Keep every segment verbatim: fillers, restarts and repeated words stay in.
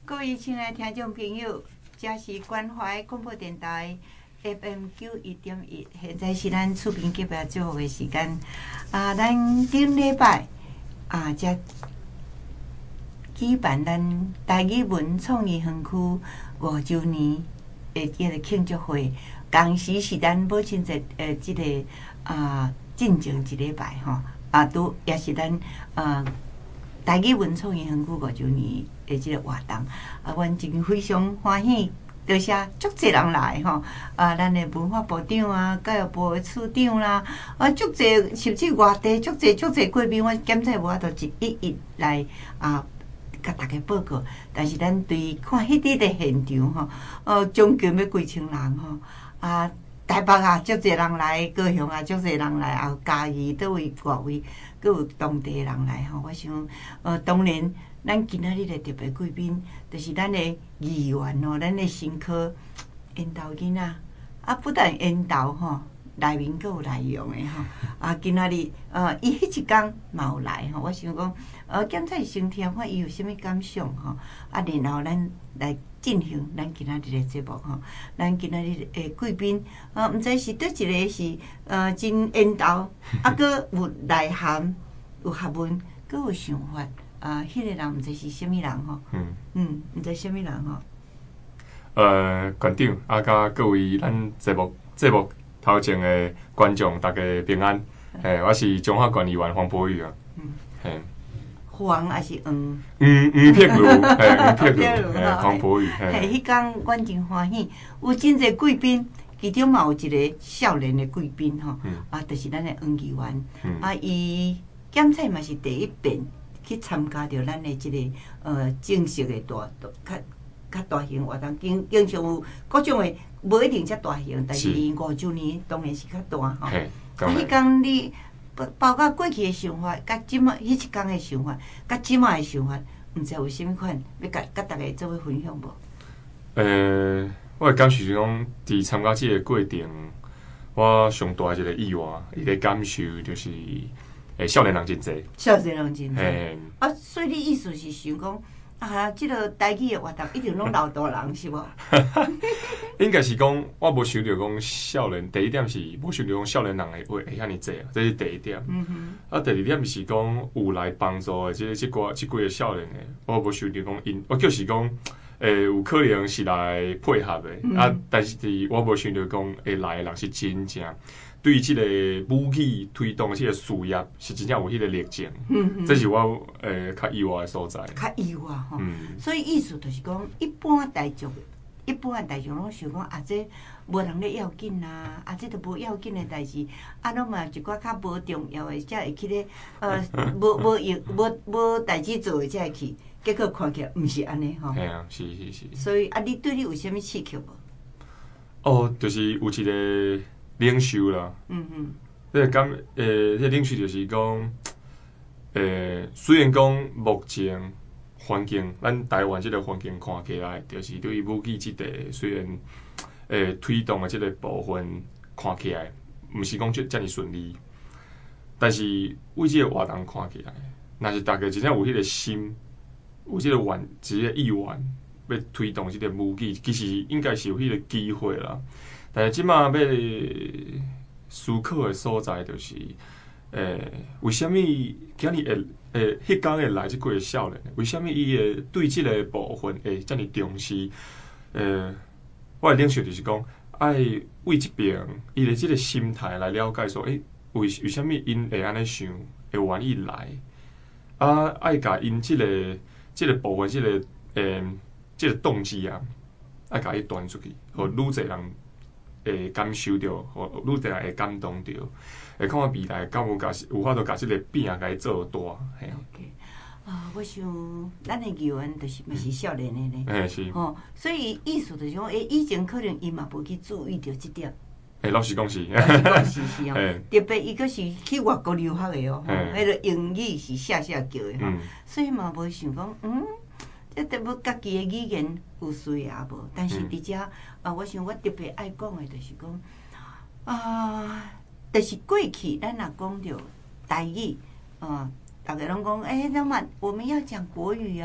各位亲爱的听众朋友，这是关怀广播电台 F M 九一点一，现在是咱厝边级别节目的时间。啊，咱顶礼拜啊，才举办咱台语文创意园区五周年的一个庆祝会，当时是咱母亲节呃，即、这个啊进前一礼拜吼，啊都也是咱啊。台语文创园区五周年的即个活动，啊，阮真非常欢喜，多谢足侪人来吼，啊，咱的文化部长啊，教育部的处长啦，啊，足侪甚至外地足侪足侪贵宾，我检测无法度一一一来啊，甲大家报告。但是咱对看迄啲的现场吼，呃，将近要几千人吼，啊。台北啊，足侪人来；高雄啊，足侪人来；还有嘉义倒位外位，阁有当地人来吼。我想，呃，当然，咱今仔日的特别贵宾，就是咱的议员吼，咱的新科引导囡仔，啊，不但引导吼，内面阁有内容的吼。啊，今仔日，呃，伊迄一天嘛有来吼。我想讲，呃，检测身体看伊有啥物感想吼，啊，然后咱来。进行咱今仔日的节目吼，咱今仔日的贵宾，呃，毋知是倒一个是呃真缘投，啊，搁有内涵、有学问，搁有想法，啊、呃，迄、那个人毋知是啥物人吼，嗯嗯，毋知啥物人吼。 呃，馆长啊，甲各位咱节目节目头前的观众，大家平安。诶、嗯，我是中华县议员黄柏宇啊。嗯，嘿。 黄还是黄？ 黄黄碧如，嘿，黄碧如，嘿，黄柏宇。 嘿，迄天阮真欢喜，有真侪贵宾，其中嘛有一个少年的贵宾吼，嗯、啊，就是咱的黄议员，嗯、啊，伊检测嘛是第一遍去参加着咱的即、这个呃正式的大大较较大型活动，经经常有各种的，无一定遮大型，但是五周年当然是较大吼。啊，迄天你。包括过去的想法，甲即马迄一天的想法，甲即马的想法，毋知有啥物款要甲甲大家做伙分享无？ 呃，我的感受是讲，伫参加即个过程，我上大一个意外，伊个感受就是，诶，少年人真济， 少年人真济。啊，所以你意思是想讲，啊，即、这个台语的活动一定拢老大人是无？ 应该是讲，我无想到讲少年。第一点是无想到讲少年人会会遐尼济啊，这是第一点。嗯哼。啊，第二點是講有來幫助的，即即個即幾個少年的，我無想到講因，我就是講，誒、欸、有可能是來配合的，嗯、啊，但是我無想到講會來的人是真正對即個武器推動的即個事業是真正有迄個熱情。嗯嗯。這是我誒較、欸、意外的所在。 較意外吼。嗯。所以意思就是講，一般大眾。一般的大眾攏想講啊，這無人咧要緊啊，啊，這都無要緊的代志，啊，攏嘛一寡較無重要的，才會去咧，呃，無無用無無代志做的才會去，結果看起來毋是安尼吼。 係啊，是是是。 所以啊，你對你有啥物刺激無？ 哦，就是有一個領袖啦。嗯嗯。這個感，誒、呃，這個領袖就是講，誒、呃，雖然講目前。環境，咱台灣即個環境看起來，就是對武器即個雖然誒、欸、推動的即個部分看起來，毋是講遮遮爾順利，但是為即個活動看起來，若是大家真正有迄個心，有即個願，即個意願要推動即個武器，其實應該是有迄個機會啦。但是即馬要思考的所在，就是誒、欸，為什麼今日會？誒，迄天會來即幾個少年，為什麼伊會對即個部分會遮爾重視？誒、呃，我的領袖就是講，愛為即邊伊的即個心態來了解說，誒、欸，為為什麼因會安尼想，會願意來？啊，愛甲因即個即個部分，即個誒，即個動機啊，愛甲伊傳出去，互愈濟人會感受到，互愈濟人會感動到。會看未來，敢有甲有法度甲即個餅甲伊做大，係啊。 啊，我想咱的議員就是嘛是少年的呢。 誒是。 哦，所以意思就是講，誒以前可能伊嘛無去注意到即點。 誒，老實講是。 老實講是是哦。特別伊個是去外國留學的哦，迄個英語是寫寫叫的吼，所以嘛無想講，嗯，即特別家己的語言有需也無，但是伫遮啊，我想我特別愛講的就是講，啊。就是過去，咱若講到台語，呃，大家攏講，誒、欸，那麼我們要講國語啊，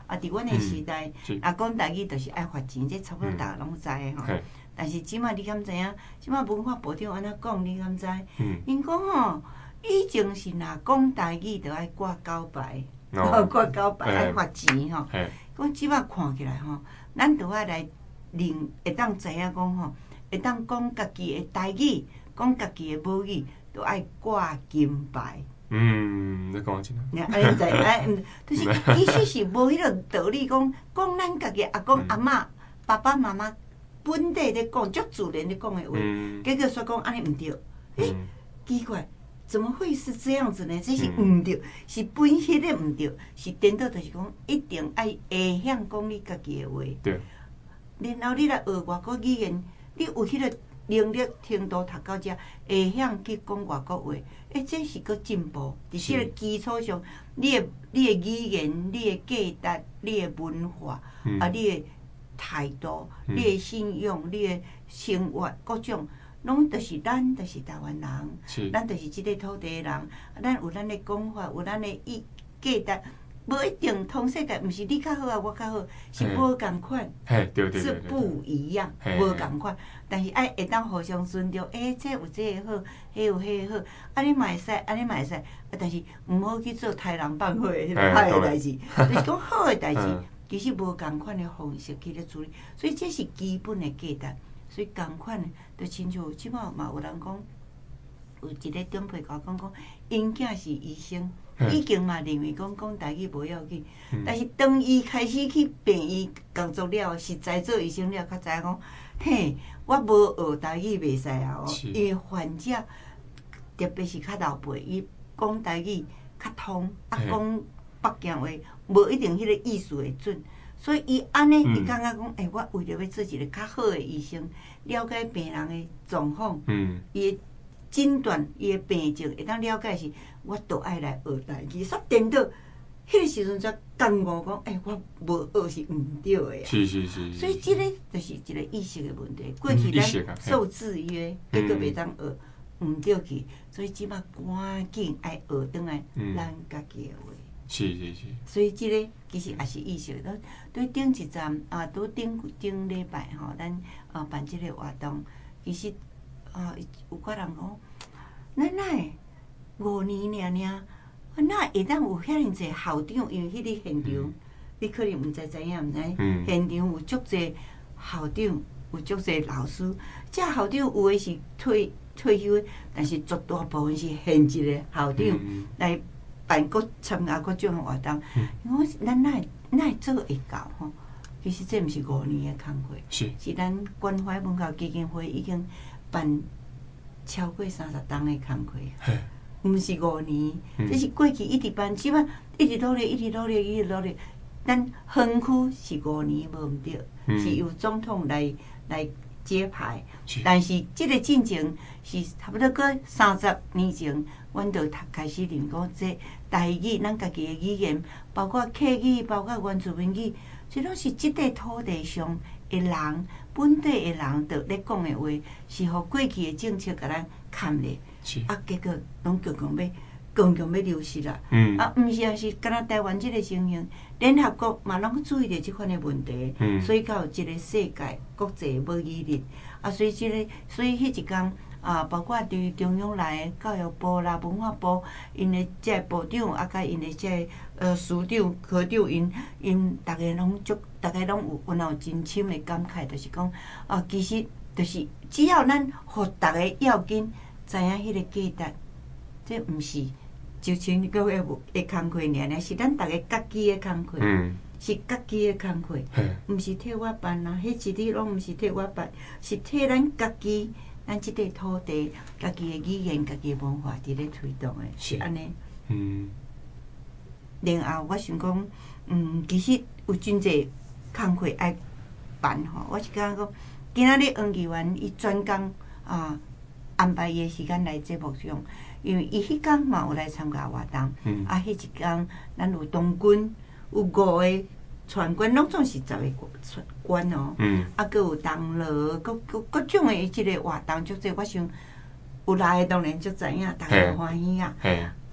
啊，伫阮的时代，啊，讲台语就是爱罚钱，这差不多大家拢知的吼。但是即马你敢知影？即马文化部长安怎讲？你敢知？因讲吼，以前是若讲台语，着爱挂狗牌，挂狗牌爱罚钱吼。讲即马看起来吼，咱着爱来令会当知影讲吼，会当讲家己的台语，讲家己的母语，着爱挂金牌。 嗯，你讲真啊。安尼知哎，就是其实是无迄个道理，讲讲咱家己阿公阿嬷、爸爸妈妈。本地咧讲，足自然咧讲的话，结果说讲安尼毋对，诶，奇怪，怎么会是这样子呢？这是毋对，是本迄个毋对，是颠倒，就是讲一定爱会晓讲你家己的话。 对。 然后你来学外国语言，你有迄个能力程度读到遮，会晓去讲外国话，诶，这是个进步。伫即个基础上，你的你的语言、你的价值、你的文化，啊，你的。态度、你的信用、你的生活各种，拢就是咱，就是台湾人，咱就是即个土地的人。咱有咱的讲法，有咱的意价值，无一定同世界，毋是你较好啊，我较好，是无共款，是不一样，无共款。但是爱会当互相尊重，诶，这有这个好，迄有迄个好，安尼嘛会使，安尼嘛会使。但是毋好去做豺狼放火迄个歹的代志，就是讲好的代志。其实无共款的方式去咧处理，所以这是基本的价值。所以共款的，就亲像即马嘛有人讲，有一个长辈甲我讲讲，因囝是医生，已经嘛认为讲讲台语无要紧，但是当伊开始去病医工作了，实在做医生了，较知影讲，嘿，我无学台语袂使啊哦，因为患者特别是较老辈，伊讲台语较通，啊讲。北京话无一定迄个意思会准，所以伊安尼，伊感觉讲，诶、欸，我为着要做一个较好的医生，了解病人的状况，伊的诊断，伊的病症，会当了解是，我都爱来学台语。煞颠倒，迄个时阵才感悟讲，诶、欸，我无学是毋对的啊。 是是是。 所以即个就是一个意识的问题。过去咱受制约，结果袂当学，毋对去，所以即摆赶紧爱学转来咱家己的话。 是是是， 所以即个其实也是意识。咱对顶一站啊，拄顶顶礼拜吼，咱啊办即个活动，其实啊有个人讲，咱哪会五年尔尔，哪会当有遐尼济校长？因为迄个现场，嗯、你可能毋知知影毋知？嗯、现场有足济校长，有足济老师。即校长有诶是退退休，但是绝大部分是现职诶校长、嗯、来。办各参加各种活动，我咱哪会哪会做会到吼？其实这毋是五年的工课，是是咱关怀文化基金会已经办超过三十档的工课，毋是五年，这是过去一直办，即摆一直努力，一直努力，一直努力。咱园区是五年无毋对，是由总统来来揭牌，但是即个进程是差不多过三十年前。阮就开始认讲，这台语，咱家己的语言，包括客语，包括原住民语，这拢是即块土地上的人，本地的人着咧讲的话，是互过去的政策甲咱砍咧，啊，结果拢强强要强强要流失啦。嗯、啊，毋是也是敢若台湾即个情形，联合国嘛拢注意着即款的问题，嗯、所以才有即个世界国际母语日，啊，所以即、這个，所以迄一天。啊，包括对中央来教育部啦、文化部，因的即个部长，啊，甲因的即个呃署长、科长，因因逐个拢足，逐个拢有，然后真深的感慨，就是讲，啊，其实就是只要咱互逐个要紧知影迄个价值，这毋是就像你个个的工课尔尔，是咱逐个家己的工课，嗯、是家己的工课，毋是替我办啊，迄一日拢毋是替我办，是替咱家己。咱即块土地，家己的语言、家己的文化伫咧推动的，是安尼。嗯。然后我想讲，嗯，其实有真济工课爱办吼。我是感觉讲，今仔日黄议员伊专工啊安排伊的时间来节目上，因为伊迄天嘛有来参加活动，嗯、啊，迄一天咱有东军，有五个。全关拢总是十个关哦，嗯、啊，佮有东乐，各各各种的即个活动，足济我想有来的当然足知影，大家欢喜啊。啊，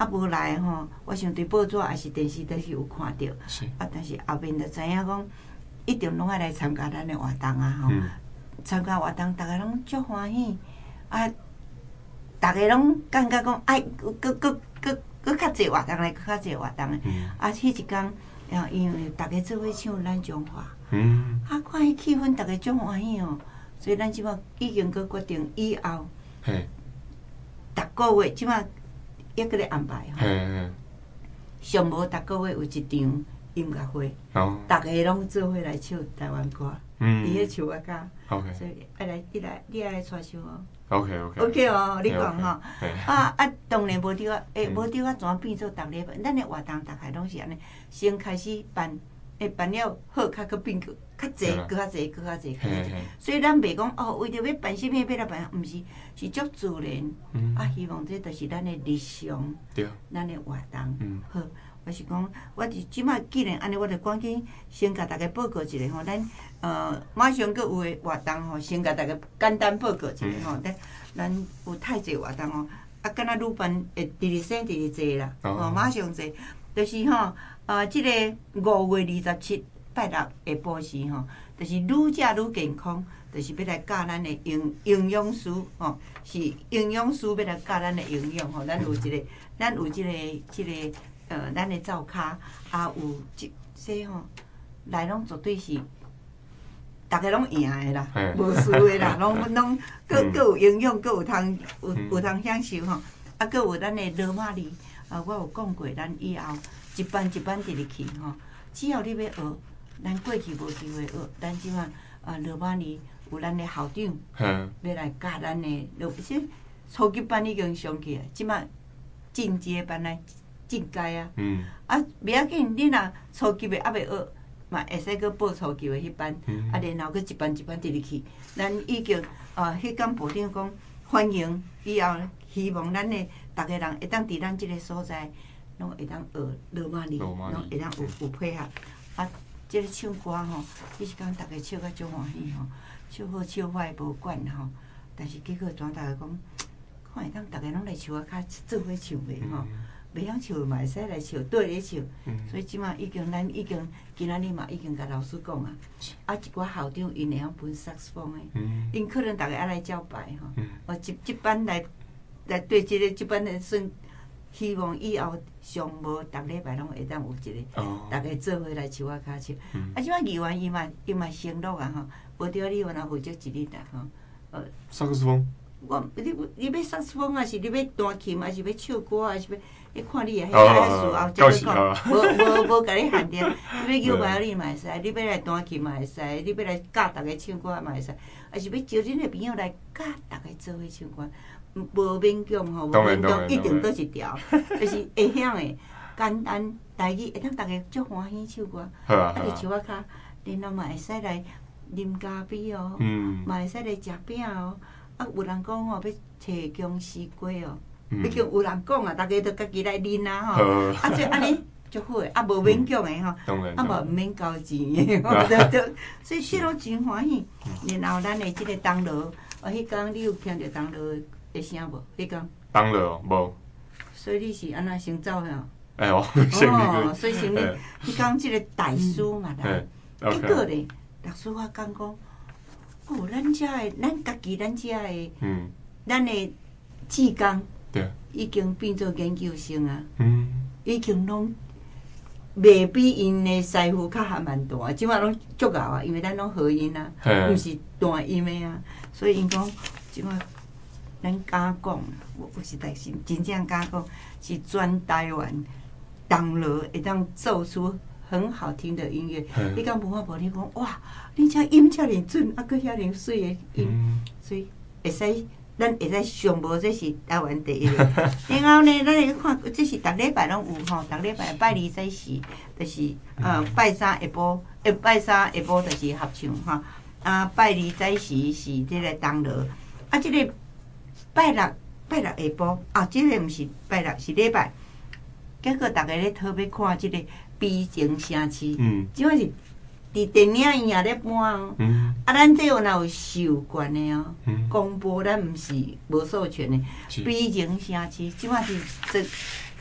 啊无来吼，我想对报纸还是电视都是有看到，啊，但是后面就知影讲，一定拢爱来参加咱的活动啊吼，参加活动，逐个拢足欢喜，啊，逐个拢感觉讲，哎，搁搁搁搁搁较济活动来，搁较济活动的，啊，迄一天，因为逐个做伙唱咱中华，啊，看迄气氛，逐个足欢喜哦，所以咱即摆已经搁决定以后，逐个月即摆。抑搁咧安排吼，上无逐个月有一场音乐会，逐个拢做伙来唱台湾歌，伫迄树仔骹，所以爱来你来你爱来带唱哦。 OK OK OK 哦，你讲吼，啊啊，当然无对啊，诶，无对啊，怎变做逐礼拜？咱的活动大概拢是安尼，先开始办，诶，办了好，较搁变个较济，搁较济，搁较济，搁较济。所以咱袂讲哦，为着要办什物要来办，毋是，是足自然。啊，希望这著是咱的日常，咱的活动。好，我是讲，我是即摆既然安尼，我著赶紧先甲大家报告一下吼，咱呃马上搁有诶活动吼，先甲大家简单报告一下吼。咱咱有太济活动哦，啊，敢若愈办会直直生直直济啦，吼，马上济，就是吼，呃，即个五月二十七。拜六下晡时吼，就是愈食愈健康，就是要来教咱的营营养师吼，是营养师要来教咱的营养吼。咱有一个，咱有即、这个即、这个呃，咱的灶骹，啊有即说吼，来拢绝对是，逐个拢赢的啦，无输的啦，拢拢各各有营养，各有通有有通享受吼。啊，各有咱的罗马尼，啊，我有讲过，咱以后一班一班直直去吼，只要你要学。咱过去无机会学，咱即摆啊，罗马尼有咱的校长，要来教咱的。即初级班已经上去啊，即摆进阶班来进阶啊。嗯。啊，袂要紧，你若初级的还袂学，嘛会使搁报初级的迄班，啊，然后搁一班一班直直去。咱已经啊，迄间部长讲欢迎以后，希望咱的逐个人会当伫咱即个所在，拢会当学罗马尼，拢会当有有配合啊。即个唱歌吼，迄时间逐个唱甲足欢喜吼，唱好唱坏无管吼。但是结果怎逐个讲，看会当逐个拢来树仔骹做伙唱袂吼，袂晓唱嘛会使来唱，对咧唱。所以即马已经咱已经今仔日嘛已经甲老师讲啊，啊一寡校长因会晓分萨克斯风诶，因可能逐个爱来照排吼，哦一一班来来对即个即班的算。希望以后上无逐礼拜拢会当有一个，大家做伙来树仔骹唱。啊，即摆议员伊嘛伊嘛承诺啊吼，无着你有若负责一日啦吼。呃， 萨克斯风。 我你你要萨克斯风，还是你要弹琴，还是要唱歌，还是要？你看你诶，迄个事后再讲，无无无甲你限定。你要摇摆你嘛会使，你要来弹琴嘛会使，你要来教逐个唱歌嘛会使，还是要招恁诶朋友来教逐个做伙唱歌。无勉强吼，无勉强，一定倒一条，就是会晓的，简单台语，会当逐个足欢喜唱歌。啊，伫树仔骹，然后嘛会使来啉咖啡哦，嘛会使来食饼哦。啊，有人讲吼要找姜丝瓜哦，毕竟有人讲啊，逐个都家己来啉啊吼。啊，所以安尼足好诶，啊无勉强诶吼，啊无毋免交钱诶，所以说拢真欢喜。然后咱诶即个东螺，啊，迄天你有听着东螺？会声无？迄讲当了无， 所以你是安那先走吓？ 哎呦， 哦，所以先你迄讲即个大师嘛来，结果咧，大师我讲讲，哦，咱遮诶，咱家己咱遮诶，嗯，咱诶志工，对，已经变做研究生啊，嗯，已经拢袂比因诶师傅较还蛮大，即摆拢足够啊，因为咱拢合音啊，毋是单音诶啊，所以因讲即摆。咱敢讲，我我是代是真正敢讲，是全台湾东螺会当奏出很好听的音乐。你讲文化部，你讲哇，你遮音遮尔准，啊，佫遐尔水的音，嗯、所以会使，咱会使上无，这是台湾第一个。然后呢，咱来看，这是逐礼拜拢有吼，逐礼拜拜二早时，就是呃拜三下晡，诶拜三下晡就是合唱哈，啊拜二早时是这个东螺，啊这个。拜六拜六下晡啊，即、这个毋是拜六，是礼拜。结果逐个咧讨要看即个《悲情城市》，嗯，即摆是伫电影院也咧播哦。嗯、啊，咱这有若有授权的哦，嗯、公播咱毋是无授权的《悲情城市》，即摆是这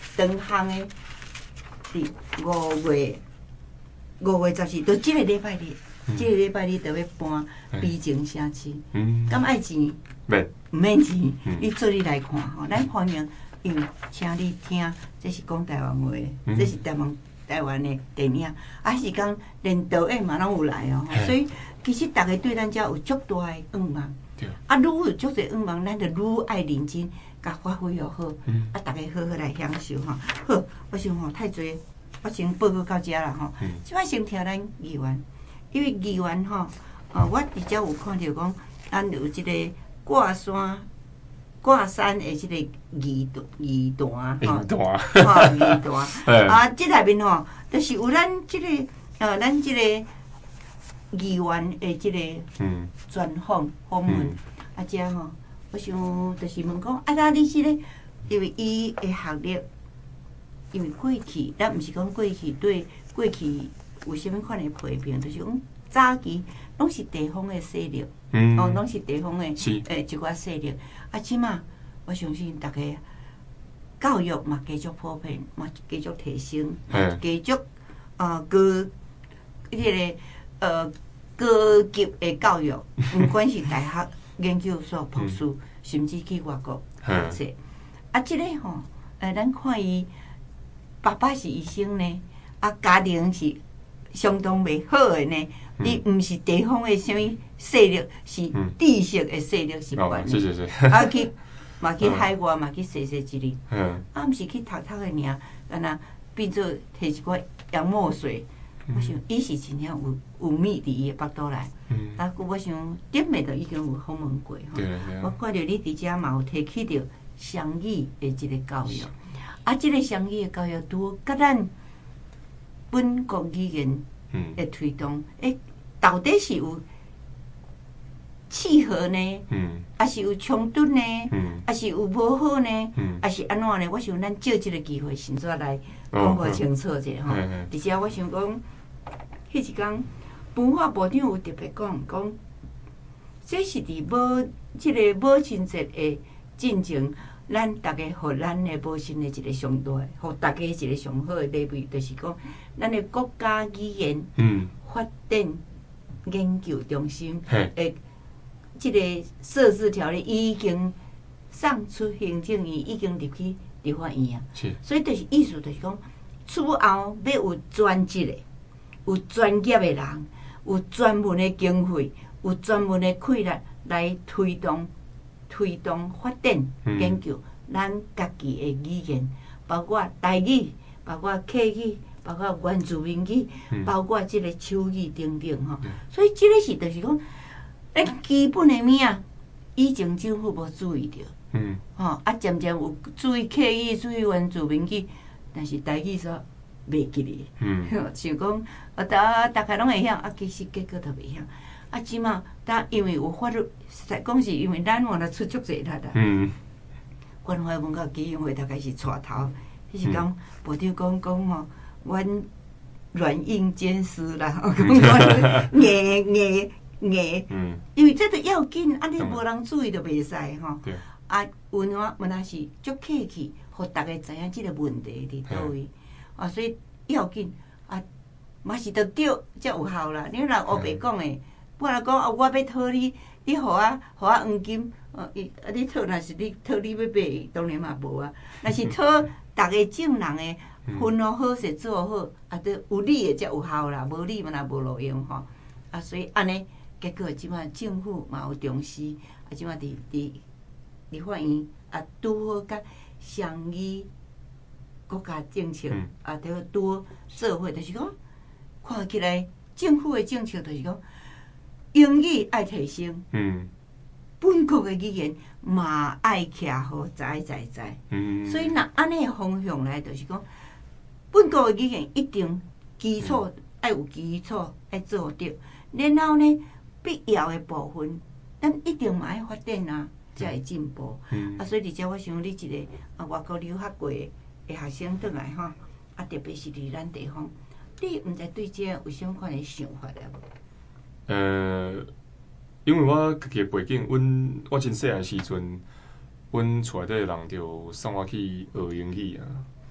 长项的，伫五月五月十四，就即个礼拜日，即、嗯、个礼拜日就要搬美情城市。嗯，敢爱钱？ 免， 毋免钱，嗯、你做你来看吼，咱欢迎，因为请你听，这是讲台湾话的，嗯、这是台湾台湾的电影，啊是讲连导演嘛拢有来哦，所以其实大家对咱遮有足大的愿望。啊，愈有足侪愿望，咱就愈爱认真，甲发挥又好。嗯、啊，大家好好来享受吼。好，我想吼太侪，我先报告到遮啦吼。即摆、嗯、先听咱议员，因为议员吼，呃，我伫遮有看到讲，咱有即个挂山挂山的即个义义段吼， 义段， 吼义段。啊，即内面吼，就是有咱即、这个呃，咱即、这个。议员的即个专访访问，嗯、啊，遮吼，我想就是问讲，啊，那你即、这个，因为伊的学历，因为过去，咱毋是讲过去对过去有啥物款的批评，就是讲早期拢是地方的势力，嗯、哦，拢是地方的诶一寡势力，啊，即马我相信大家教育嘛继续普遍，嘛继续提升，继续呃高迄、这个。呃，高级的教育，毋管是大学、研究所、博士，嗯、甚至去外国读册。啊，即、这个吼，诶，咱看伊爸爸是医生呢，啊，家庭是相当袂好的呢。嗯、你毋是地方的啥物势力，是知识的势力是关的。 是是是。 啊，去嘛去海外嘛去踅踅一日，嗯、啊，毋是去读读的尔，干那变做摕一寡洋墨水。我想，伊是真正有有米伫伊的腹肚内。嗯。啊，我想点袂着已经有访问过吼。我看着你伫遮嘛有提起着双语的即个教育，啊，即、这个双语的教育拄甲咱本国语言的推动，诶、嗯，到底是有契合呢？嗯。啊，是有冲突呢？嗯。啊，是有无好呢？嗯。啊，是安怎呢？我想咱借即个机会，先做来讲个清楚者吼。而且我想讲。迄一天，文化部长有特别讲讲，这是伫母即个母亲节的进程，咱大家互咱的母亲的一个上大，互大家一个上好的礼物，就是讲，咱的国家语言发展研究中心的即个设置条例已经送出行政院，已经入去立法院啊。所以就是意思就是讲，此后要有专职的。有专业的人，有专门的经费，有专门的气力来推动、推动发展、研究咱家己的语言，包括台语、包括客语、包括原住民语、包括即个手语等等吼。所以即个是就是讲，咱基本的物啊，以前政府无注意着，嗯，吼啊，渐渐有注意客语、注意原住民语，但是台语说。袂记哩，嗯，想讲啊，大大概拢会晓，啊，其实结果都袂晓。啊，即马咱因为有法律，实在讲是因为咱原来出足侪力啦。嗯。关怀文化基金会大概是带头，迄是讲部长讲讲吼，阮软硬兼施啦，讲阮硬硬硬，嗯，因为这都要紧，啊，你无人注意就袂使吼。对。啊，文化文化是足客气，互大家知影即个问题伫倒位。啊，所以要紧啊，嘛是着对才有效啦。你若黑白讲诶，本来讲啊，我要讨你，你互我互我黄金，啊，伊啊，你讨若是你讨你要买，当然嘛无啊。若是讨逐个正人诶，分好好势做好，啊，都有理诶才有效啦，无理嘛若无路用吼。啊，所以安尼，结果即摆政府嘛有重视，啊，即摆伫伫立法院啊，拄好甲双语。国家政策、嗯、啊，着拄做伙，就是讲看起来政府的政策就是讲英语爱提升，嗯，本国的语言嘛爱徛好在在在，嗯，所以若安尼的方向来，就是讲本国的语言一定基础爱有基础爱做着，然后呢必要的部分，咱一定嘛爱发展啊，才会进步。嗯，啊，所以而且我想你一个啊外国留学过的。学生转来吼，啊，特别是伫咱地方，你毋知对这有啥款的想法了无？ 呃，因为我家己的背景，阮我真细汉时阵，阮厝内底人就送我去学英语啊。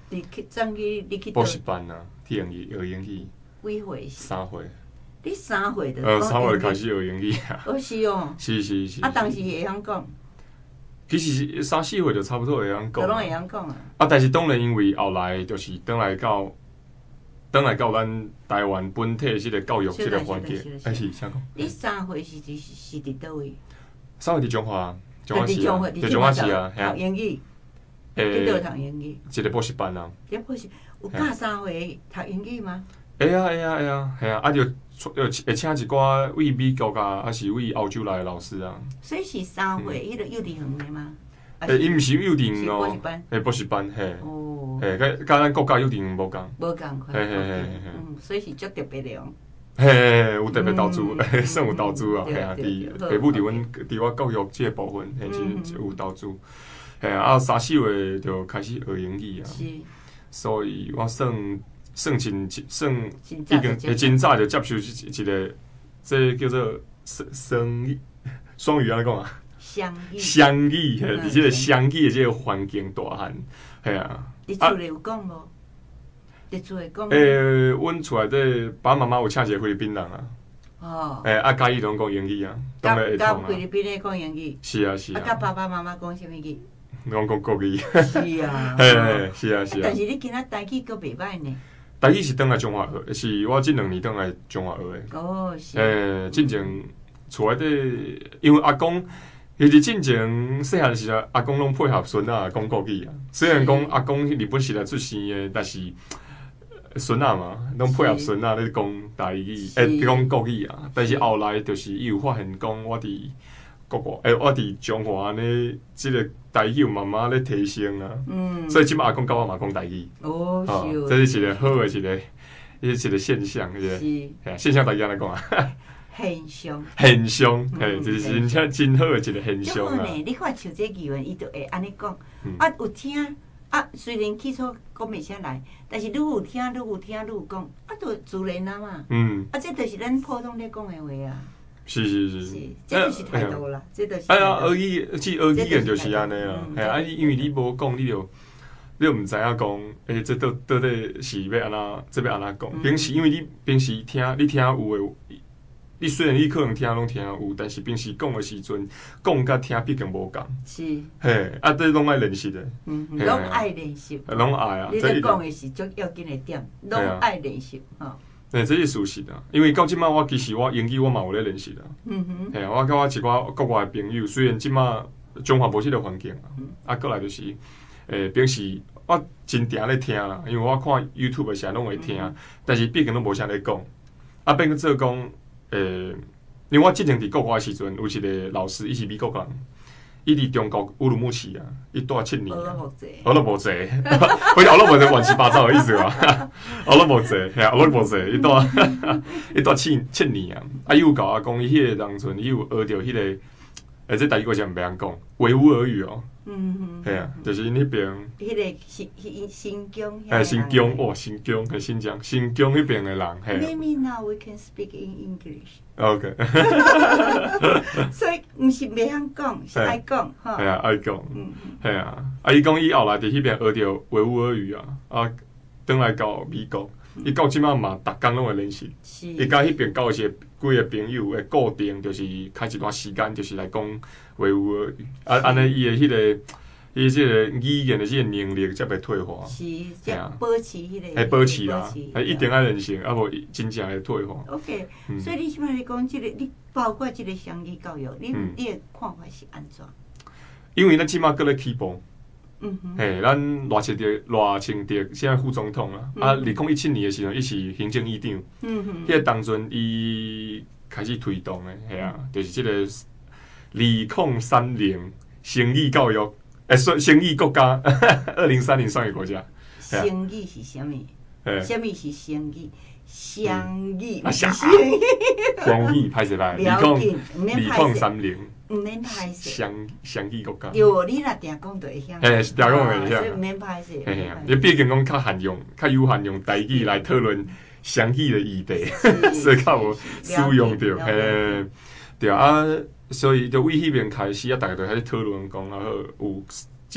你去转去你去补习班啊，英语学英语。 几岁？ 三岁。 你三岁就呃，三岁开始学英语啊。 哦，是哦。 是是是。 啊，当时会晓讲。 其实三四岁就差不多会晓讲。 就拢会晓讲啊。 啊，但是当然因为后来就是转来到，转来到咱台湾本体即个教育即个环境，哎是啥讲？ 你三岁是是是伫倒位？ 三岁伫中华，中华市啊， 伫中华市啊， 读英语。 诶， 伫倒读英语？ 一个补习班啊。 一个补习有教三岁读英语吗？ 会啊会啊会啊，系啊，啊就会请一寡为美国啊，还是为澳洲来的老师啊。 所以是三岁，迄个幼稚园的吗？ 诶，伊毋是幼稚园哦， 补习班， 诶，补习班嘿。 哦。 嘿，甲甲咱国家幼稚园无共。 无共款。 嘿嘿嘿嘿。 嗯，所以是足特别的哦。 嘿，有特别投资，算有投资啊，嘿啊，伫北部伫阮伫我教育即个部分，嘿是有投资。嘿啊，啊三四岁就开始学英语啊。 是。 所以我算。算真算已经会真早就接受一一个，这叫做双语双语安尼讲啊？ 双语。 双语嘿，伫即个双语的即个环境大汉，系啊。 你厝里有讲无？你厝里讲？ 诶，阮厝内底爸爸妈妈有请一个菲律宾人啊。 哦。 诶，啊，家己拢讲英语啊，当然会通啊。 甲菲律宾人讲英语。 是啊是啊。 啊，甲爸爸妈妈讲啥物语？ 拢讲国语。 是啊。 嘿，是啊是啊。 但是你今仔台语阁袂歹呢。 台语是转来中华学，是我即两年转来中华学的。 哦，是。 诶，进前厝内底，因为阿公，其实进前细汉时啊，阿公拢配合孙仔讲国语啊。虽然讲阿公日本时来出生的，但是孙仔嘛，拢配合孙仔咧讲台语，诶，讲国语啊。但是后来就是伊有发现讲，我伫国外，诶，我伫中华安尼，即个台语慢慢咧提升啊。嗯。所以即摆阿公教我嘛讲台语。 哦，是哦。 这是一个好的一个，伊是一个现象，一个，是现象，大家来讲啊。 现象。 现象，嘿，就是真正真好的一个现象啊。 你看像这语文，伊就会安尼讲，啊有听，啊虽然起初讲袂啥来，但是愈有听，愈有听，愈有讲，啊就自然啊嘛。嗯。啊，这就是咱普通咧讲的话啊。 是是是， 这就是态度啦，这就是。 哎呀，学语即学语言就是安尼啊，系啊，因为你无讲，你就你就毋知影讲，诶，这到到底是要安怎，这要安怎讲？平时因为你平时听，你听有诶，你虽然你可能听拢听有，但是平时讲诶时阵，讲甲听毕竟无共。 是。 嘿，啊，这拢爱练习诶。 嗯，拢爱练习。 拢爱啊！ 你咧讲诶是足要紧诶点，拢爱练习吼。 诶，这是事实啊，因为到即摆我其实我英语我嘛有咧练习啦。嗯哼。嘿，我甲我一寡国外诶朋友，虽然即摆中华无即个环境啊，啊，过来就是诶，平时我真定咧听啦，因为我看 YouTube 诶时阵拢会听，但是毕竟拢无啥咧讲。啊，变做讲诶，因为我之前伫国外诶时阵，有一个老师，伊是美国人。伊伫中国乌鲁木齐啊，伊住七年啊，学了无济，好像学了无济乱七八糟的意思啊，学了无济，嘿，学了无济，伊住伊住七七年啊，啊，伊有甲我讲，伊迄个当阵伊有学着迄个，诶，这第一个是毋袂晓讲维吾尔语哦，嗯嗯，嘿啊，就是因迄边， 迄个新新新疆， 诶，新疆哦，新疆嘿，新疆新疆迄边的人，嘿。 Maybe now we can speak in English. OK 所以毋是袂晓讲，是爱讲，吼。 系啊，爱讲，嗯，系啊。啊，伊讲伊后来伫迄边学着维吾尔语啊，啊，转来到美国，伊到即摆嘛，逐工拢会练习。是。伊甲迄边交一些几个朋友会固定，就是开一段时间，就是来讲维吾尔语。啊，安尼伊的迄个。伊即个语言的即个能力才袂退化， 是，即保持迄个， 系保持啦，系一定爱练习，啊无真正会退化。 OK，所以你即摆来讲，即个你包括即个双语教育，你你的看法是安怎？ 因为咱即摆搁咧起步，嗯哼，嘿，咱赖清德赖清德现在副总统啊，啊，二零一七年的时候，伊是行政院长，嗯哼，迄个当阵伊开始推动的，系啊，就是即个二零三零双语教育。诶，双双语国家，二零三零双语国家。 双语是啥物？啥物是双语？双语， 啊，双语，双语歹势来，二零二零三零， 毋免歹势。 双双语国家。 对，你若定讲就会晓。 嘿，定讲会晓。 所以毋免歹势。 嘿嘿，你毕竟讲较限用，较有限用台语来讨论双语的议题，所以较有使用着。嘿，对啊。所以就为迄边开始啊，大家就开始讨论讲，然后有即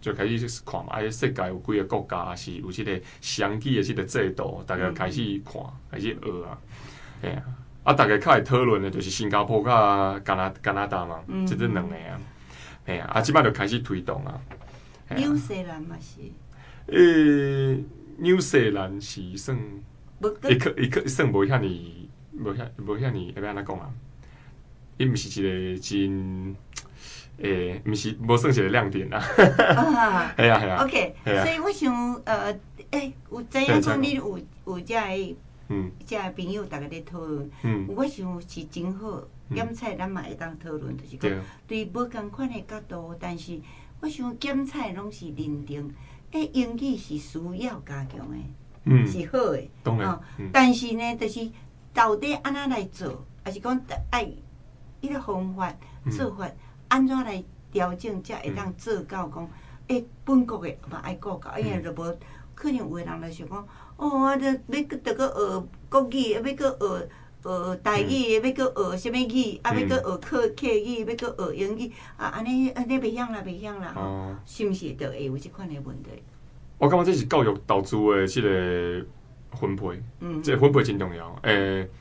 就开始看嘛，哎，世界有几个国家是有即个双语的即个制度，大家开始看，开始学啊，嘿啊，啊，大家较会讨论的就是新加坡甲加拿加拿大嘛，即这两个啊，嘿啊，啊，即摆就开始推动啊。 纽西兰嘛是。 诶，纽西兰是算，伊可伊可算无遐尼，无遐无遐尼，要安怎讲啊？伊毋是一个真。诶，毋、欸、是无算是个亮点啦。啊，系啊系啊。 OK， 所以我想，呃，诶、欸，有知影讲你有有遮个，嗯，遮个朋友，大家咧讨论。嗯，我想是真好，检测咱嘛会当讨论，就是讲对无共款的角度，但是我想检测拢是认定，诶、欸，英语是需要加强的，嗯，是好的， 当然。 嗯、但是呢，就是到底安怎来做，还是讲爱伊个方法做法。嗯，安怎来调整，才会当做到讲，诶、欸，本国诶嘛爱顾到，因为就无可能有诶人来想讲，哦，啊，着要搁着搁学国语，要搁学学台语，要搁学啥物语，啊，要搁学客客语，要搁学英语，啊，安尼安尼袂晓啦，袂晓啦，吼，是毋是着会有即款诶问题？ 我感觉这是教育导致诶即个分配，嗯，这分配真重要，诶、欸，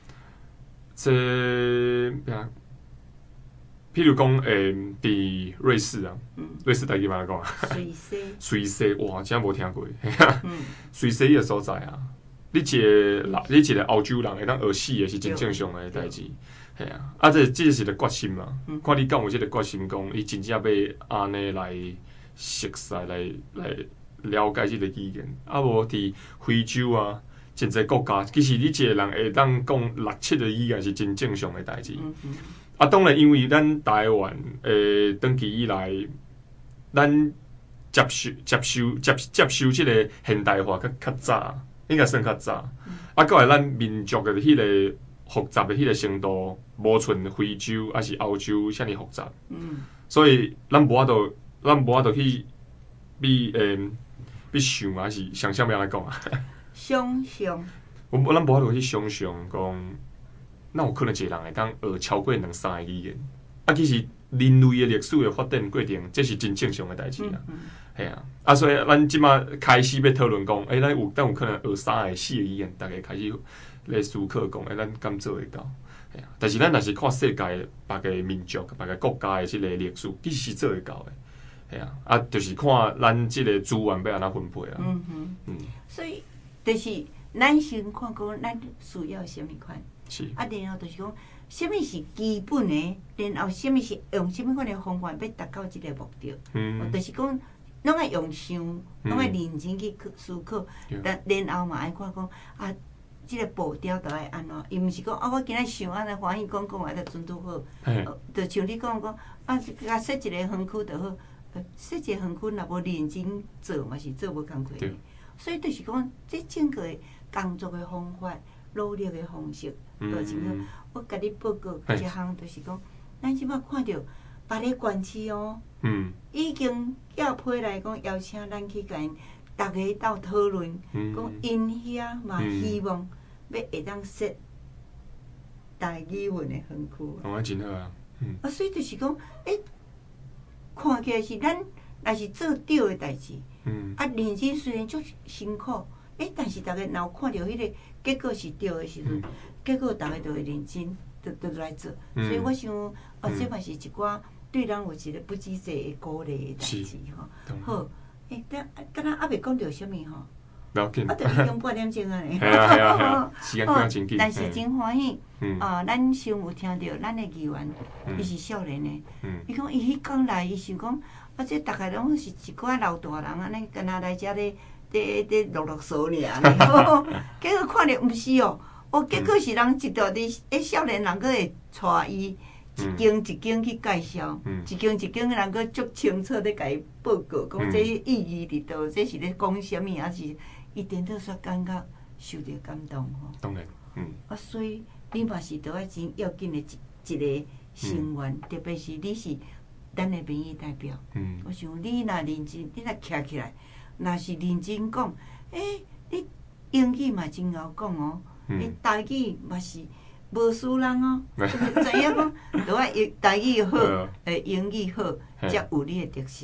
这啥？譬如讲，诶、欸，伫瑞士啊，嗯、瑞士台语嘛讲啊， 瑞士， 瑞士哇，真无听过，嗯、瑞士迄个所在啊，你一个你一个欧洲人会当学死的是真正常的代志，系啊，啊这这是个决心嘛，嗯、看你敢有这个决心，讲伊真正要安尼来熟悉来来了解这个语言，啊无伫非洲啊，真侪国家，其实你一个人会当讲六七个语言是真正常的代志。嗯嗯啊，当然，因为咱台湾诶，长期以来，咱接受、接受、接接受即个现代化较较早，应该算较早。嗯、啊，搁来咱民族的迄个复杂的迄个程度，无像非洲还是欧洲遐尼复杂。嗯。所以咱无法度，咱无法度去比诶，比想还是想象要安怎讲啊？ 想象。 我咱无法度去想象讲。那有可能一个人会当学超过两三个语言，啊，其实人类的历史的发展过程，这是真正常的代志啦。系、嗯嗯、啊，啊，所以咱即马开始要讨论讲，诶、欸，咱有咱有可能学三个、四个语言，大家开始来思考讲，诶、欸，咱敢做会到？系啊，但是咱若是看世界别个民族、别个国家的即个历史，其实是做会到的。系啊，啊，就是看咱即个资源要安怎分配啊。嗯嗯嗯。所以就是咱先看讲，咱需要什么款。啊，然后就是讲，什么是基本的，然后什么是用什么款的方法要达到这个目标，嗯、就是讲，拢爱用想，拢爱认真去思考，但、嗯、然后嘛爱看讲啊，这个步调都爱安怎，伊毋是讲啊，我今仔想安尼欢喜讲讲完就准拄好，呃，就像你讲讲啊，甲设一个园区就好，设一个园区若无认真做嘛是做无工课，所以就是讲，这整个工作的方法。努力的方式，就真好。我甲你报告一项，就是讲，咱即摆看到别个县市哦，嗯、已经要批来讲邀请咱去甲因大家斗讨论，讲因遐嘛希望要会当设大语文的园区。 哦，真好啊！嗯、 啊，所以就是讲，诶、欸，看起来是咱若是做对的代志，嗯、啊，认真虽然足辛苦。诶、欸，但是大家若有看到迄个结果是对的时阵，嗯、结果大家就会认真，就就来做。嗯、所以我想，哦、嗯，这嘛是一寡对人有一个不止者的鼓励的代志吼。好，诶、欸，等敢若还未讲到什么吼？ 不要紧， 啊，就已经八点钟啊咧。 系啊系啊系啊，时间过得真紧。 但是真欢喜，啊，咱先有听到咱的议员，伊是少年的，伊讲伊迄讲来，伊想讲，啊，这大概拢是一寡老大人安尼，干那来遮咧。伫伫落落数尔，结果看着毋是哦，哦，结果是人一道伫诶少年人，佫会带伊一间一间去介绍，嗯、一间一间人佫足清楚咧，甲伊报告，讲这意义伫倒，这是咧讲啥物，还是伊顶多煞感觉受着感动吼。 当然，嗯。 啊，所以你嘛是倒爱真要紧的一一个成员，嗯、特别是你是咱的民意代表，嗯、我想你若认真，你若徛起来。若是认真讲，诶、欸，你英语嘛真晓讲哦，你、嗯、台语嘛是无输人哦，知影讲，都爱台语好，诶，英语好，才有你的特色。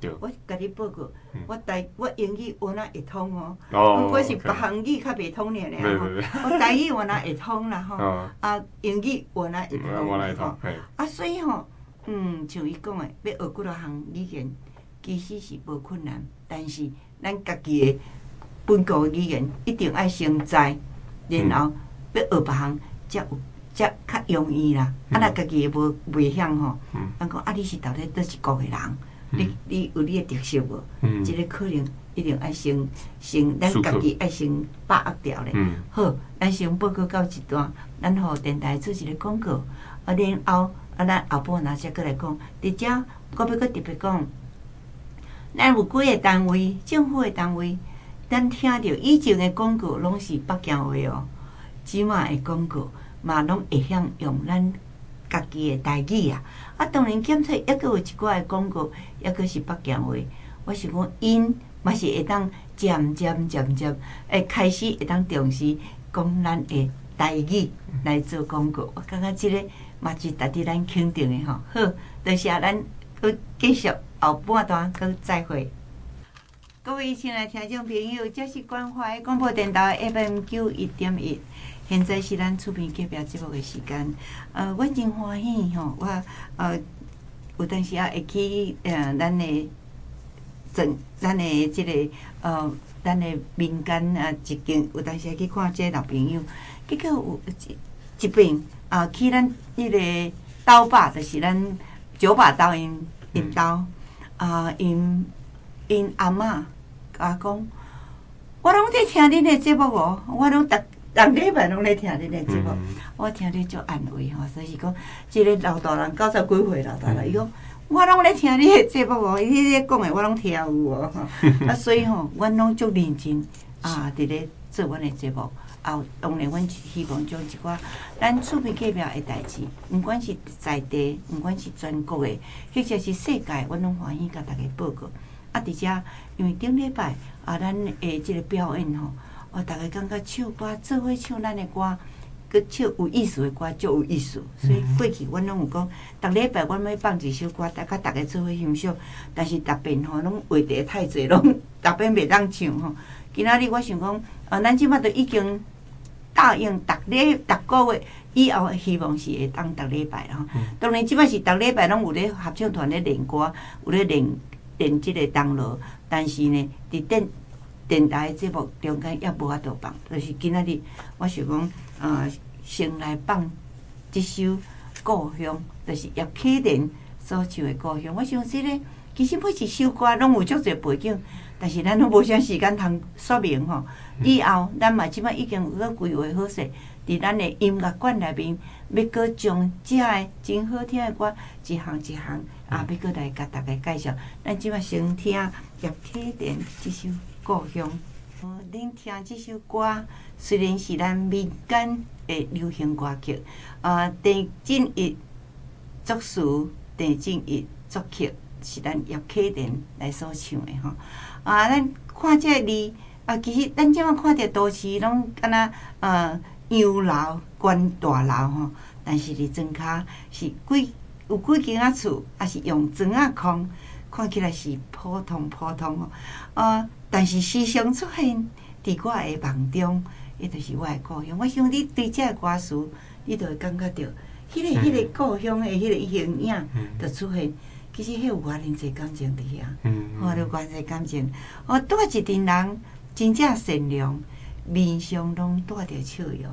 我甲你报告，我台我英语我那会通哦， 哦， 我是别项语较袂通尔尔吼。我台语我那会通啦吼，啊英语我那会通吼。啊，所以吼，嗯，像伊讲的，要学几多项语言，其实是无困难，但是咱家己的本国语言一定爱先知，然后要学别项，才有才较容易啦。啊，若家己无袂晓吼，咱讲啊，你是到底倒一国的人？你你有你的特色无？嗯，即个可能一定爱先先，咱家己爱先把握掉咧。嗯，好，咱先报告到一段，咱互电台做一个广告，啊，然后啊，咱后半若则过来讲，伫遮我要搁特别讲，咱有几个单位，政府的单位，咱听着以前的广告拢是北京话哦，即卖的广告嘛拢会晓用咱家己的台语啊。啊，当然检测抑阁有一寡的广告，抑阁是北京话。我想讲，因嘛是会当渐渐渐渐会开始会当重视讲咱的台语来做广告。我感觉即个嘛是值得咱肯定的吼。好，多谢咱佮继续后半段佮再会。各位亲爱听众朋友，这是关怀广播电台 F M 九一点一。现在是咱厝边隔壁节目的时间，呃，我真欢喜吼，我呃有当时啊会去呃咱的整咱的即、这个呃咱的民间啊一间，有当时会去看这老朋友，结果有一一遍啊去咱迄个刀把，就是咱九把刀因因刀啊因因阿嬷甲我讲，我拢在听恁的节目哦，我拢逐逐礼拜拢咧听恁的节目，嗯、我听你足安慰吼，所以讲，即个老大人九十几岁老大人，伊讲、嗯、我拢咧听你的节目哦，你咧讲的我拢听有哦，啊，所以吼，阮拢足认真啊，伫咧做阮的节目。后当然，阮希望将一寡咱厝边隔壁的代志，毋管是在地，毋管是全国的，或者是世界，阮拢欢喜甲大家报告。啊，伫遮因为顶礼拜啊，咱的即个表演吼。哦，大家感觉唱歌做伙唱咱的歌，佮唱有意思的歌，足有意思。所以过去阮拢有讲，逐礼拜阮要放一首歌，大家大家做伙欣赏。但是逐遍吼，拢话题太侪，拢逐遍袂当唱吼。今仔日我想讲，呃，咱即摆都已经答应逐礼逐个月以后，希望是会当逐礼拜吼。当然，即摆是逐礼拜拢有咧合唱团咧练歌，有咧练练即个东路，但是呢，伫电电台的节目中间也无法度放，就是今仔日我想讲，呃，先来放即首《故乡》，就是叶启田所唱的《故乡》。我想即个其实每一首歌拢有足侪背景，但是咱拢无啥时间通说明吼。以后咱嘛即摆已经有个规划好势，伫咱的音乐馆内面，要搁将遮个真好听的歌一项一项啊，要搁来甲大家介绍。咱即摆先听叶启田即首。故乡，哦，恁听这首歌，虽然是咱民间的流行歌曲，啊，陈振义作词，陈振义作曲，是咱叶启田来所唱的吼。啊，咱看这个字，啊，其实咱即摆看着都市拢敢若呃洋楼、关大楼吼，但是伫庄骹是几有几间仔厝，也是用砖仔框，看起来是普通普通吼，啊。但是时常出现伫我的梦中，伊就是我的故乡。我想你对这个歌词，你就会感觉到，迄、那个、迄、嗯、个故乡的迄个形影就出现。其实迄有偌尼侪感情伫遐，吼，有偌侪感情。哦，带一群人真正善良，面上拢带着笑容。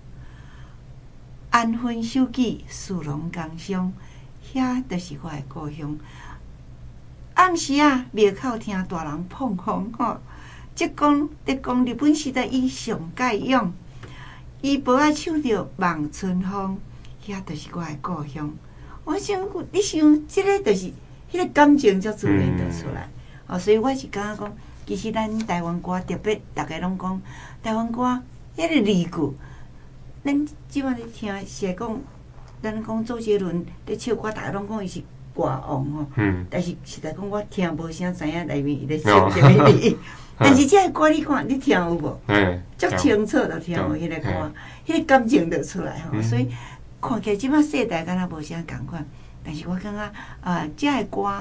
安分守己，殊荣工商，遐就是我的故乡。暗时啊，庙口听大人捧风吼，即讲伫讲日本时代伊上介勇，伊无爱唱着望春风，遐就是我的故乡。我想，你想，即个就是迄个感情才自然就出来。哦，所以我是感觉讲，其实咱台湾歌特别，大家拢讲台湾歌迄个字句，咱即摆咧听是讲，咱讲周杰伦咧唱歌，大家拢讲伊是。歌王吼，嗯、但是实在讲，我听无啥知影内面伊咧唱啥物字。但是这个歌你看，你听有无？足清楚就听有迄个歌，迄个感情就出来吼。嗯、所以看起来即摆世代敢若无啥共款，但是我感觉啊，这个歌其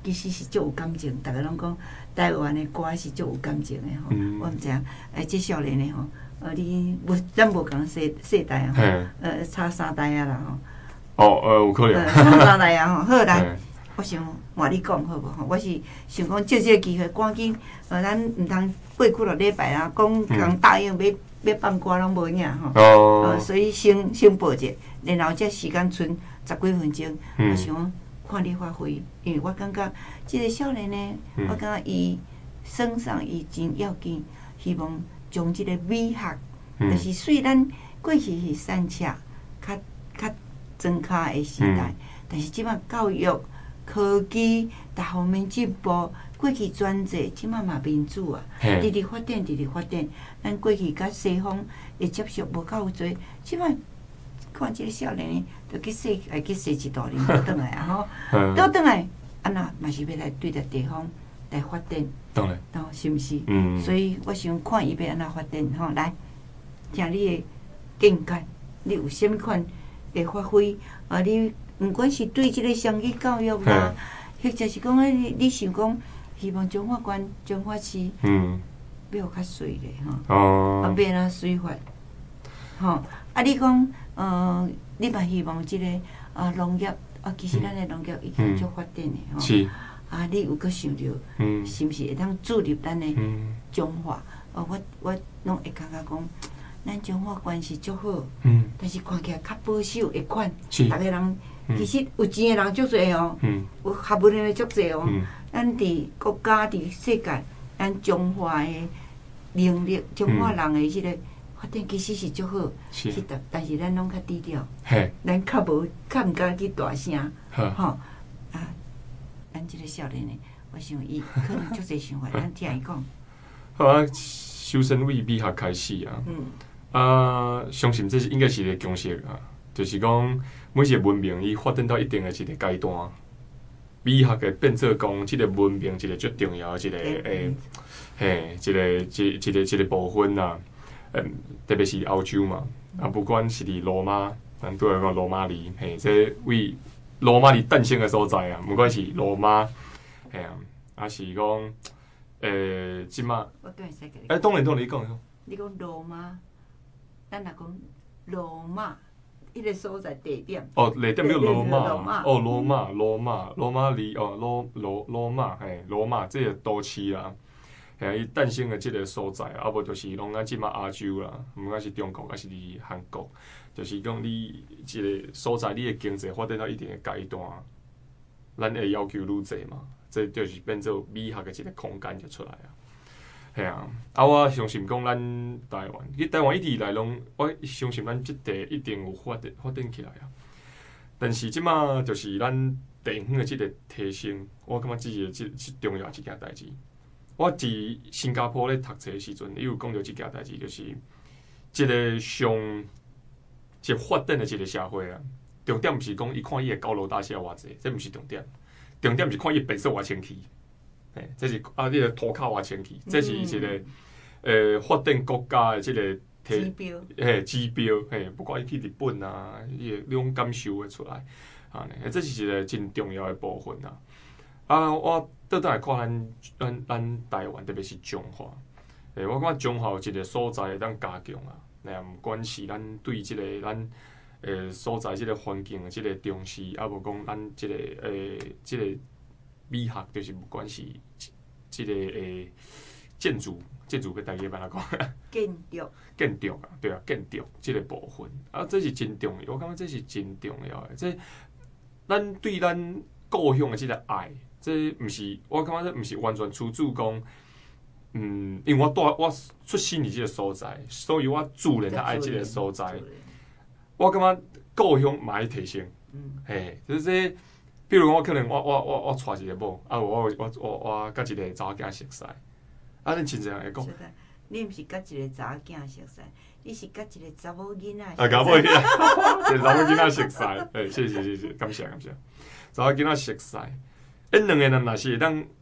其实是足有感情，大家拢讲台湾的歌是足有感情的吼。嗯、我毋知影，诶，即少年的吼，呃，你无咱无共世世代啊，呃，差三代啊啦吼。哦，呃，有可能。 差三代啊吼，好来，我想换你讲好无吼？我是想讲借即个机会，赶紧，呃，咱毋通过几落礼拜啊，讲讲答应要要放歌拢无影吼。哦。呃，所以先先报者，然后这时间剩十几分钟，我想。看你发挥，因为我感觉即个少年呢，嗯、我感觉伊升上伊真要紧，希望将即个美学，嗯、就是虽然过去是散车较较装卡的时代，嗯、但是即摆教育科技各方面进步，过去专制，即摆嘛民主啊，直直发展，直直发展。咱过去甲西方会接受无够多，即摆。看即个少年，就去洗，来去洗一大年，倒转来啊吼，倒转来，啊那嘛是要来对着地方来发展， 当然， 哦，是毋是？嗯，所以我想看伊要安怎发展吼，来，听你的见解，你有啥物款的发挥？啊，你毋管是对即个双语教育啦，或者是讲你你想讲，希望中华县、中华市，嗯，要较水咧吼，哦，啊，要安怎水法？吼，啊，你讲。呃，你嘛希望即、這个啊农业啊，其实咱的农业已经足发展的吼。是。啊，你有阁想着，嗯、是毋是会当注入咱的中华？哦，我我拢会感觉讲，咱中华关系足好，嗯、但是看起来较保守的款。是。逐个人、嗯、其实有钱的人足侪哦，嗯、有学问的足侪哦。嗯、咱伫国家伫世界，咱中华的能力，中华人的即、這個。发展其实是足好，是，但但是咱拢较低调，咱较无较毋敢去大声，吼啊！咱即个少年呢，我想伊可能足侪想法，咱听伊讲。 好啊，修身为美学开始啊，嗯啊，相信这是应该是一个共识啊，就是讲每一个文明伊发展到一定的一个阶段，美学嘅变做讲即个文明一个最重要嘅一个诶，嘿，一个一一个一个部分啊。嗯，特别是欧洲嘛，啊，不管是伫罗马，咱对来讲罗马尼，嘿，这为罗马尼诞生的所在啊，不管是罗马，嘿啊，啊是讲，诶，即马，诶，当然当然，你讲， 你讲罗马，咱若讲罗马，迄个所在地点， 哦，地点叫罗马，哦，罗马，罗马，罗马尼，哦，罗罗罗马，嘿，罗马这个都市啊。嘿，伊诞生的即个所在，啊无就是拢咱即马亚洲啦，毋管是中国还是伫韩国，就是讲你即个所在，你的经济发展到一定的阶段，咱会要求愈济嘛，这就是变做美学的一个空间就出来啊。系啊，啊我相信讲咱台湾，其台湾一直以来拢，我相信咱即地一定有发展发展起来啊。但是即马就是咱地方的即个提升，我感觉即个即即重要一件代志。我伫新加坡咧读册的时阵，伊有讲到一件代志，就是一个上一个发展的一个社会啊。重点毋是讲伊看伊的高楼大厦偌济，这毋是重点。重点是看伊白色偌清气，嘿，这是啊，你个涂骹偌清气，这是一个呃发展国家的即个指标， 嘿指标，嘿，不管伊去日本啊，伊个种感受会出来，啊，这是一个真重要的部分啊。啊，我倒倒来看咱咱咱台湾，特别是中华。诶，我感觉中华有一个所在会当加强啊。那毋管是咱对即、这个咱诶所在即个环境的即个重视，啊无讲咱即、这个诶即、这个美学，就是不管是即、这个诶建筑建筑，要大家要安怎讲？ 建筑。 建筑啊，对啊，建筑即个部分啊，这是真重要。我感觉这是真重要的。这咱对咱故乡的即个爱。这毋是，我感觉这毋是完全出自讲，嗯，因为我住我出生伫即个所在，所以我自然来爱即个所在。我感觉故乡嘛爱提升，嗯，嘿，就是这，比如讲我可能我我我我娶一个某，啊我我我我甲一个查某囝熟识，啊恁亲像会讲， 你毋是甲一个查某囝熟识，你是甲一个查某囡仔， 啊查某囡仔，一个查某囡仔熟识，诶，谢谢谢谢，感谢感谢，查某囡仔熟识。因两个人若是会当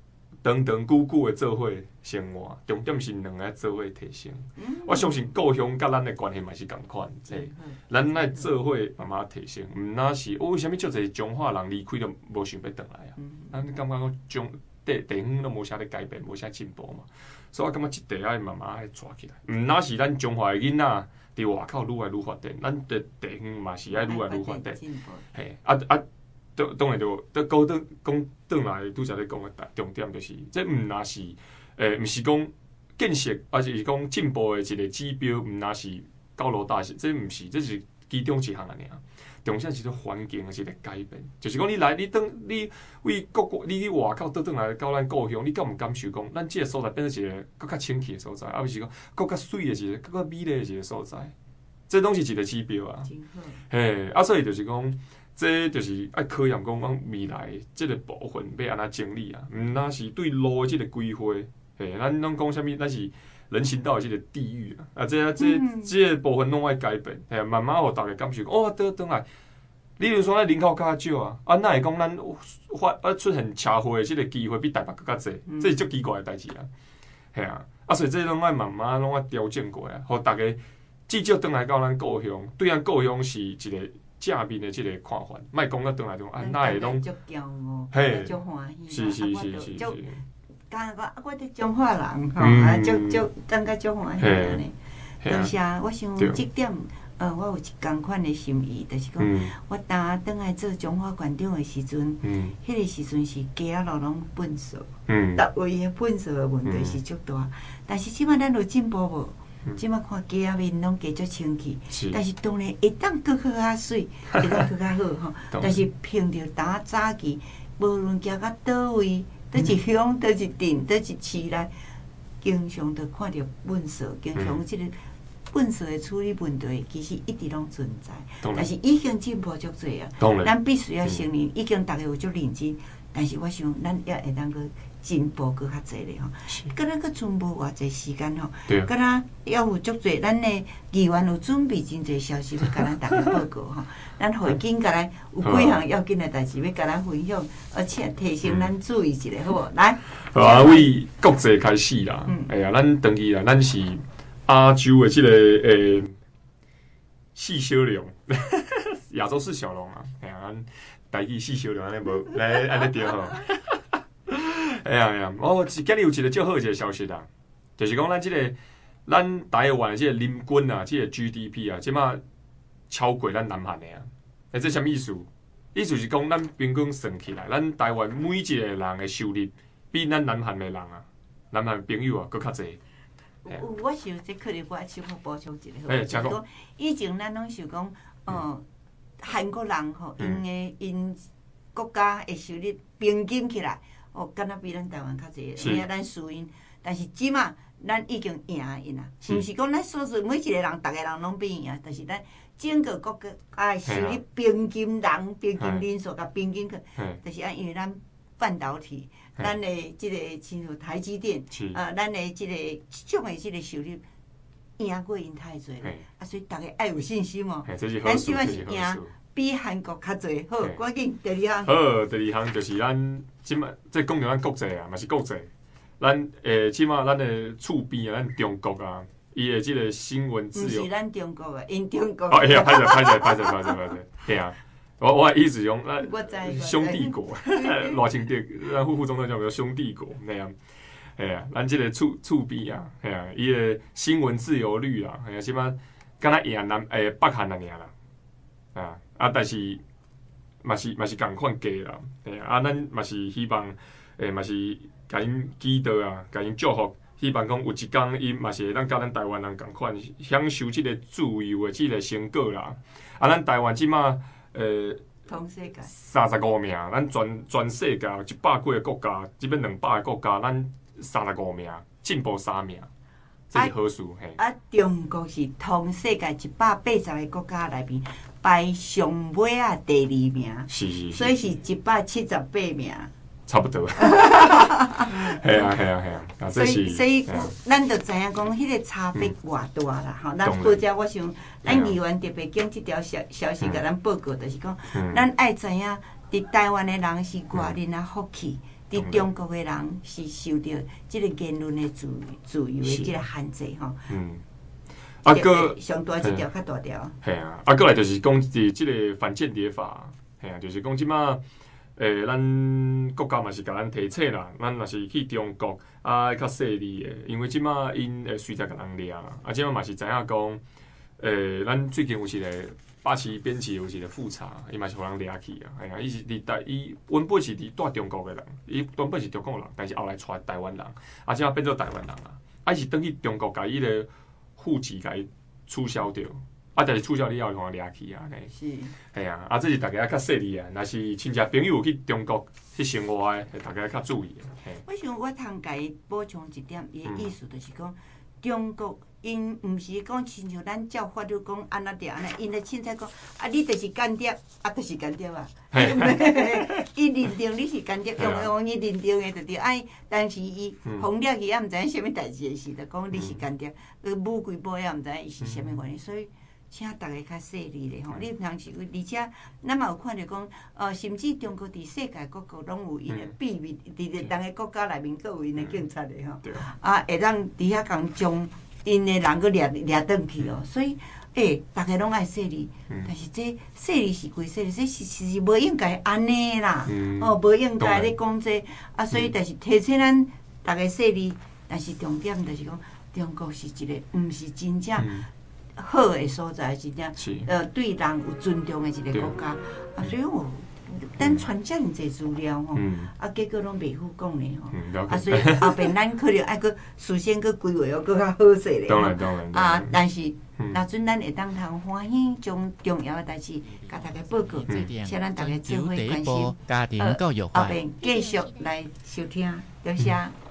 长长久久的做伙生活，重点是两个做伙提升。嗯、我相信故乡甲咱的关系嘛是共款，即、嗯、咱爱做伙慢慢提升，毋那是哦，为虾米足侪中华人离开都无想要转来啊？咱、嗯、感觉讲中地地方都无啥咧改变，无啥进步嘛，所以我感觉一地爱慢慢爱抓起来。毋那是咱中华的囡仔伫外口愈来愈发展，咱的地方嘛是爱愈来愈发展。嘿，啊啊！当当然就，得讲倒讲倒来，拄则咧讲的重点就是，这毋那是，诶，毋是讲建设，而是讲进步的一个指标，毋那是高楼大厦，这毋是，这是其中一项啊尔。重点是个环境的一个改变，就是讲你来，你等你为国国，你去外口倒转来到咱故乡，你敢毋感受讲，咱即个所在变成一个更较清气的所在，啊，毋是讲更较水的一个、更较美丽的一个所在，这拢是一个指标啊。嘿，啊，所以就是讲。这就是爱考验讲，讲未来这个部分要安怎整理啊？毋那是对路的这个规划，嘿，咱拢讲啥物？咱是人行道的这个地域啊，啊，这这这个部分拢爱改变，嘿，慢慢互大家感受，哦，倒转来，你如说咱人口较少啊，啊，哪会讲咱发啊出现车祸的这个机会比台北更较侪？这是足奇怪的代志啊，嘿啊，啊，所以这拢爱慢慢拢爱调整过来，互大家至少转来到咱故乡，对咱故乡是一个。正面的即个看法，莫讲到倒来种，啊，哪会拢？ 嘿，足欢喜，是是是是是。 感觉啊，我哋中华人吼，啊，足足感觉足欢喜安尼。多谢，我想即点，呃，我有一共款的心意，就是讲，我当倒来做中华馆长的时阵，迄个时阵是街仔路拢粪扫，逐位的粪扫的问题是足大，但是即摆咱有进步无？即摆看街仔面拢加足清气，但是当然会当搁较较水，会当搁较好吼。但是凭着打早起，无论行到倒位，倒一乡、倒一镇、倒一市内，经常着看到粪扫，经常即个粪扫的处理问题，其实一直拢存在。但是已经进步足侪啊，咱必须要承认，已经大家有足认真。但是我想，咱也会当搁进步搁较侪咧吼。敢若搁剩无偌济时间吼，敢若要有足侪咱的议员有准备真侪消息要甲咱大家报告吼。咱会紧甲咱有几项要紧的代志要甲咱分享，而且提醒咱注意一下，好无？来， 好啊，为国际开始啦。哎呀，咱登记啦，咱是亚洲的即个诶四小龙，亚洲四小龙啊。哎呀，咱。台语四小龙安尼无来安尼对吼，哎呀哎呀，我今日有一个较好一个消息啦，就是讲咱即、這个咱台湾的即个人均啊，即、這个 G D P 啊，即马超过咱南韩的啊。哎，这啥意思？意思是讲咱平均算起来，咱台湾每一个人的收入比咱南韩的人啊，南韩朋友啊，搁较济。 有，我想这可能我小可补充一个，就是讲以前咱拢想讲，嗯。韩国人吼，因的因国家的收入平均起来，哦，敢若比咱台湾较济，因为咱输因。但是即马咱已经赢因啦，是毋是讲咱所做每一个人，逐个人拢比赢，但是咱整个国家的收入平均人平均人数甲平均去，就是按因为咱半导体，咱的即个亲像台积电，啊，咱的即个种的即个收入。赢过因太侪了，啊，所以大家爱有信心哦。咱即摆是赢比韩国较侪，好，赶紧第二项。 好，第二项就是咱即摆即讲到咱国际啊，嘛是国际。咱诶，即摆咱的厝边啊，咱中国啊，伊的即个新闻自由。 毋是咱中国啊，因中国。 哦，哎呀，歹势歹势歹势歹势歹势，嘿啊！我我意思用咱兄弟国，偌清帝，咱副副总统叫做兄弟国那样。哎呀，咱即个厝厝边啊，哎呀，伊个新闻自由率啊，哎呀，即摆敢若赢南诶北韩啊尔啦，啊啊，但是嘛是嘛是共款价啦，哎呀，啊，咱嘛是希望诶嘛是甲因祈祷啊，甲因祝福，希望讲有一天伊嘛是会当甲咱台湾人共款享受即个自由的即个成果啦。啊，咱台湾即摆诶。 全世界三十五名，咱全全世界一百几个国家，即边两百个国家，咱三十五名，进步三名，这是好事嘿。 啊，中国是全世界一百八十个国家内面排上尾啊第二名， 是是是， 所以是一百七十八名。 差不多。系啊系啊系啊，啊所以所以咱就知影讲，迄个差别偌大啦。吼、嗯，咱或者我想，咱议员特别经即条消消息甲咱报告，就是讲，咱爱知影，伫台湾的人是偌尼啊福气， 伫中国的人是受到即个言论的自自由的即个限制吼。嗯。啊，个上大即条较大条。 系啊，啊，过来就是讲伫即个反间谍法，系啊，就是讲即马，诶，咱国家嘛是甲咱提醒啦，咱若是去中国啊，较细腻的，因为即马因会随时甲人掠啊，即马嘛是知影讲，诶，咱最近有一个八旗编辑有一个复查，伊嘛是互人掠去啊，系啊，伊是伫台，伊原本是伫住中国的人，伊原本是中国人，但是后来带台湾人，啊，即马变做台湾人啊，啊，伊是等去中国甲伊个。户籍甲伊取消掉，啊，但是取消了以后，互掠去啊， 是， 系啊，啊，这是大家较细腻啊。若是亲戚朋友去中国去生活诶，大家较注意诶。 我想我通甲伊补充一点，伊诶意思就是讲，嗯、中国因毋是讲亲像咱照法律讲安怎着安尼，因诶凊彩讲啊，你就是间谍，啊，就是间谍啊。伊认定你是间谍，用用伊认定诶就对。哎，但是伊封掠去也毋知影啥物代志诶时，就讲你是间谍，呃，无规保也毋知影伊是啥物原因，所以请大家较细腻咧吼。你毋通是，而且咱嘛有看着讲，呃，甚至中国伫世界各国拢有因诶秘密，伫咧逐个国家内面各有因诶警察咧吼。啊，会当伫遐共将因诶人搁掠掠转去哦，所以。诶，大家拢爱细腻，但是这细腻是归细腻，这是是无应该安尼啦，嗯、哦，无应该咧讲这，啊，所以但是提醒咱大家细腻，但是重点就是讲，中国是一个毋是真正好诶所在，真正呃对人有尊重诶一个国家，啊，所以我。咱传遮尔济资料吼，啊，结果拢袂赴讲咧吼，啊，所以后边咱可能爱搁事先搁规划哦，搁较好势咧。 当然当然。 啊，但是若阵咱会当通欢喜将重要诶代志甲大家报告，请咱大家做伙关心。 家庭教育法。 后边继续来收听，多谢。